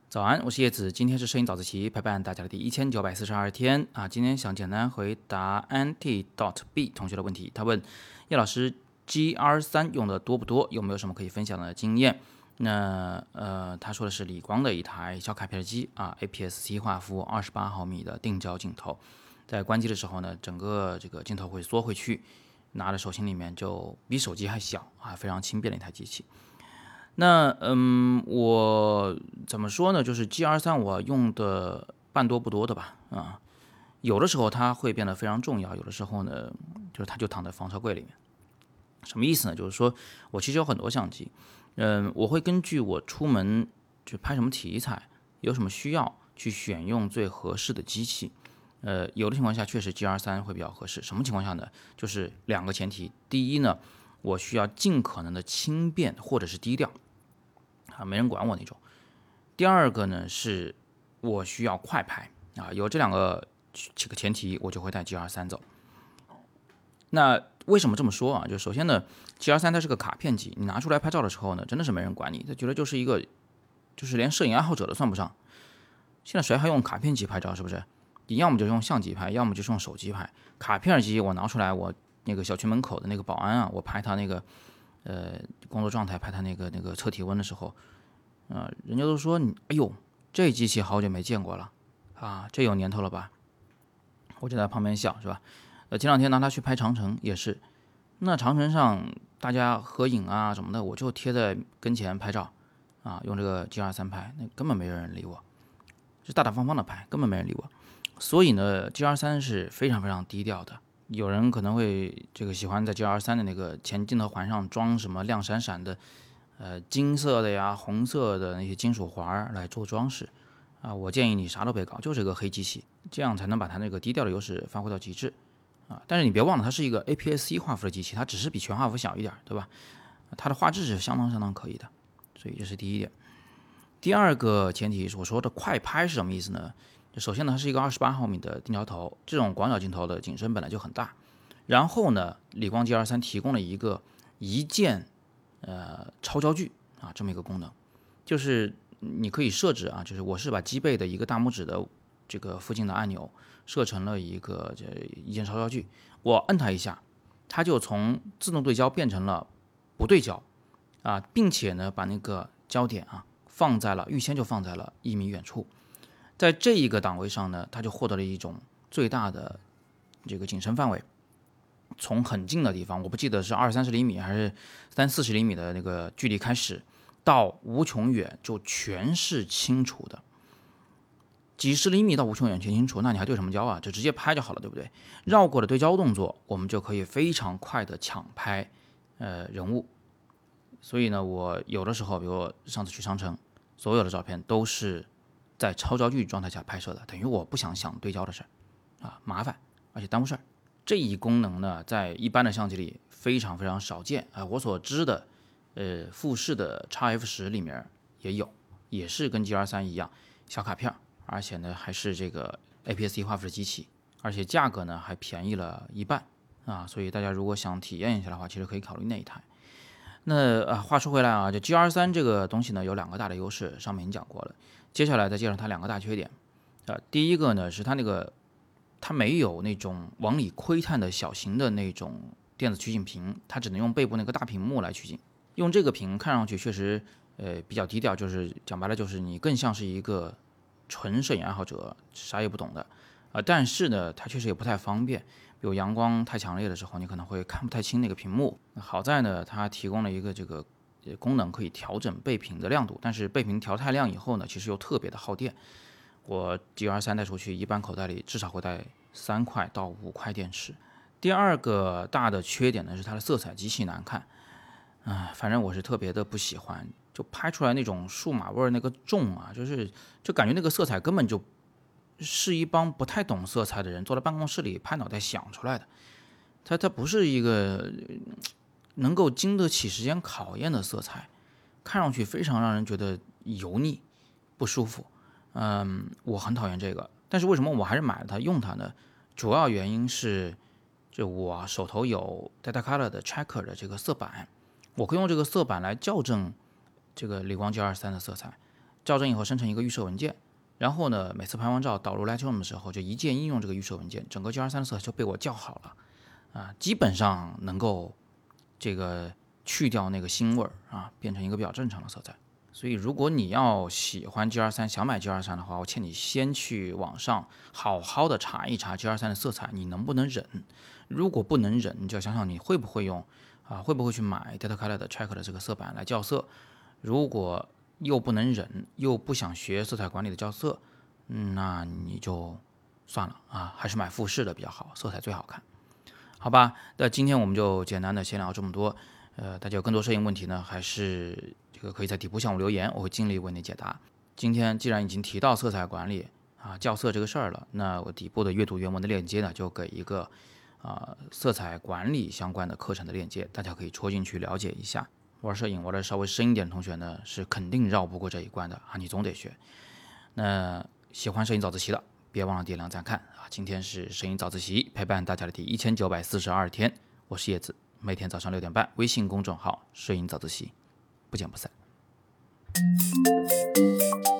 早安，我是叶子，今天是摄影早自习陪伴大家的第1942天啊。今天想简单回答 anti.b 同学的问题，他问叶老师 GR3 用的多不多，有没有什么可以分享的经验？那他说的是理光的一台小卡片机啊 ，APS-C 画幅28毫米的定焦镜头，在关机的时候呢，整个这个镜头会缩回去，拿在手心里面就比手机还小啊，非常轻便的一台机器。那我怎么说呢？就是 GR3 我用的半多不多的吧，啊，有的时候它会变得非常重要，有的时候呢，就是它就躺在防潮柜里面。什么意思呢？就是说我其实有很多相机，我会根据我出门去拍什么题材，有什么需要去选用最合适的机器。有的情况下确实 GR3 会比较合适。什么情况下呢？就是两个前提，第一呢，我需要尽可能的轻便或者是低调。啊，没人管我那种。第二个呢，是我需要快拍啊，有这两个几个前提，我就会带 GR3 走。那为什么这么说啊？就首先呢，GR3 它是个卡片机，你拿出来拍照的时候呢，真的是没人管你，他觉得就是一个，就是连摄影爱好者都算不上。现在谁还用卡片机拍照？是不是？你要么就用相机拍，要么就是用手机拍。卡片机我拿出来，我那个小区门口的那个保安啊，我拍他那个工作状态，拍他那个测体温的时候，人家都说你，哎呦，这机器好久没见过了啊，这有年头了吧？我就在旁边笑，是吧？前两天拿它去拍长城也是，那长城上大家合影啊什么的，我就贴在跟前拍照啊，用这个 GR3 拍，那根本没有人理我，就大大方方的拍，根本没人理我。所以呢，GR3 是非常非常低调的。有人可能会这个喜欢在 GR3 的那个前镜头环上装什么亮闪闪的，金色的呀、红色的那些金属环来做装饰啊。我建议你啥都别搞，就是个黑机器，这样才能把它那个低调的优势发挥到极致啊。但是你别忘了，它是一个 APS-C 画幅的机器，它只是比全画幅小一点，对吧？它的画质是相当相当可以的，所以这是第一点。第二个前提，我说的快拍是什么意思呢？首先呢，它是一个28毫米的定焦头，这种广角镜头的景深本来就很大。然后呢，理光 GR3 提供了一个一键超焦距啊这么一个功能，就是你可以设置啊，就是我是把机背的一个大拇指的这个附近的按钮设成了一个这一键超焦距，我摁它一下，它就从自动对焦变成了不对焦啊，并且呢把那个焦点啊预先就放在了1米远处。在这一个档位上呢，它就获得了一种最大的这个景深范围，从很近的地方，我不记得是20-30厘米还是30-40厘米的那个距离开始，到无穷远就全是清楚的，几十厘米到无穷远全清楚，那你还对什么焦啊？就直接拍就好了，对不对？绕过的对焦动作，我们就可以非常快的抢拍人物。所以呢，我有的时候，比如我上次去长城，所有的照片都是在超焦距状态下拍摄的，等于我不想对焦的事啊，麻烦而且耽误事儿。这一功能呢，在一般的相机里非常非常少见啊，我所知的，富士的 XF10里面也有，也是跟 GR3 一样小卡片，而且呢还是这个 APS-C 画幅的机器，而且价格呢还便宜了一半啊，所以大家如果想体验一下的话，其实可以考虑那一台。那话说回来啊，这 GR3 这个东西呢有两个大的优势，上面已经讲过了，接下来再介绍它两个大缺点。第一个呢是它没有那种往里窥探的小型的那种电子取景屏，它只能用背部那个大屏幕来取景。用这个屏看上去确实比较低调，就是讲白了就是你更像是一个纯摄影爱好者，啥也不懂的但是呢它确实也不太方便，比如阳光太强烈的时候，你可能会看不太清那个屏幕。好在呢它提供了一个这个功能可以调整背屏的亮度，但是背屏调太亮以后呢，其实又特别的耗电。我 GR3 带出去，一般口袋里至少会带3块到5块电池。第二个大的缺点呢是它的色彩极其难看，反正我是特别的不喜欢，就拍出来那种数码味那个重啊，就感觉那个色彩根本就是一帮不太懂色彩的人坐在办公室里拍脑袋想出来的，它不是一个能够经得起时间考验的色彩，看上去非常让人觉得油腻不舒服。我很讨厌这个，但是为什么我还是买了它用它呢？主要原因是，就我手头有 Datacolor 的 Tracker 的这个色板，我可以用这个色板来校正这个理光 GR3 的色彩， 校正以后生成一个预设文件，然后呢，每次拍完照导入 Lightroom 的时候，就一键应用这个预设文件，整个 GR3 的色彩就被我校好了啊，基本上能够这个去掉那个腥味啊，变成一个比较正常的色彩。所以如果你要喜欢 GR3，想买 GR3 的话，我劝你先去网上好好的查一查 GR3 的色彩，你能不能忍？如果不能忍，你就要想想你会不会用会不会去买 Datacolor 的 Track 的这个色板来校色。如果又不能忍，又不想学色彩管理的校色，那你就算了啊，还是买富士的比较好，色彩最好看。好吧，那今天我们就简单的先聊这么多。大家有更多摄影问题呢，还是这个可以在底部向我留言，我会尽力为你解答。今天既然已经提到色彩管理校色这个事儿了，那我底部的阅读原文的链接呢，就给一个色彩管理相关的课程的链接，大家可以戳进去了解一下。玩摄影玩的稍微深一点的同学呢，是肯定绕不过这一关的啊，你总得学。那喜欢摄影早自习的，别忘了点亮赞看啊！今天是摄影早自习陪伴大家的第1942天，我是叶子，每天早上6点半，微信公众号摄影早自习，不见不散。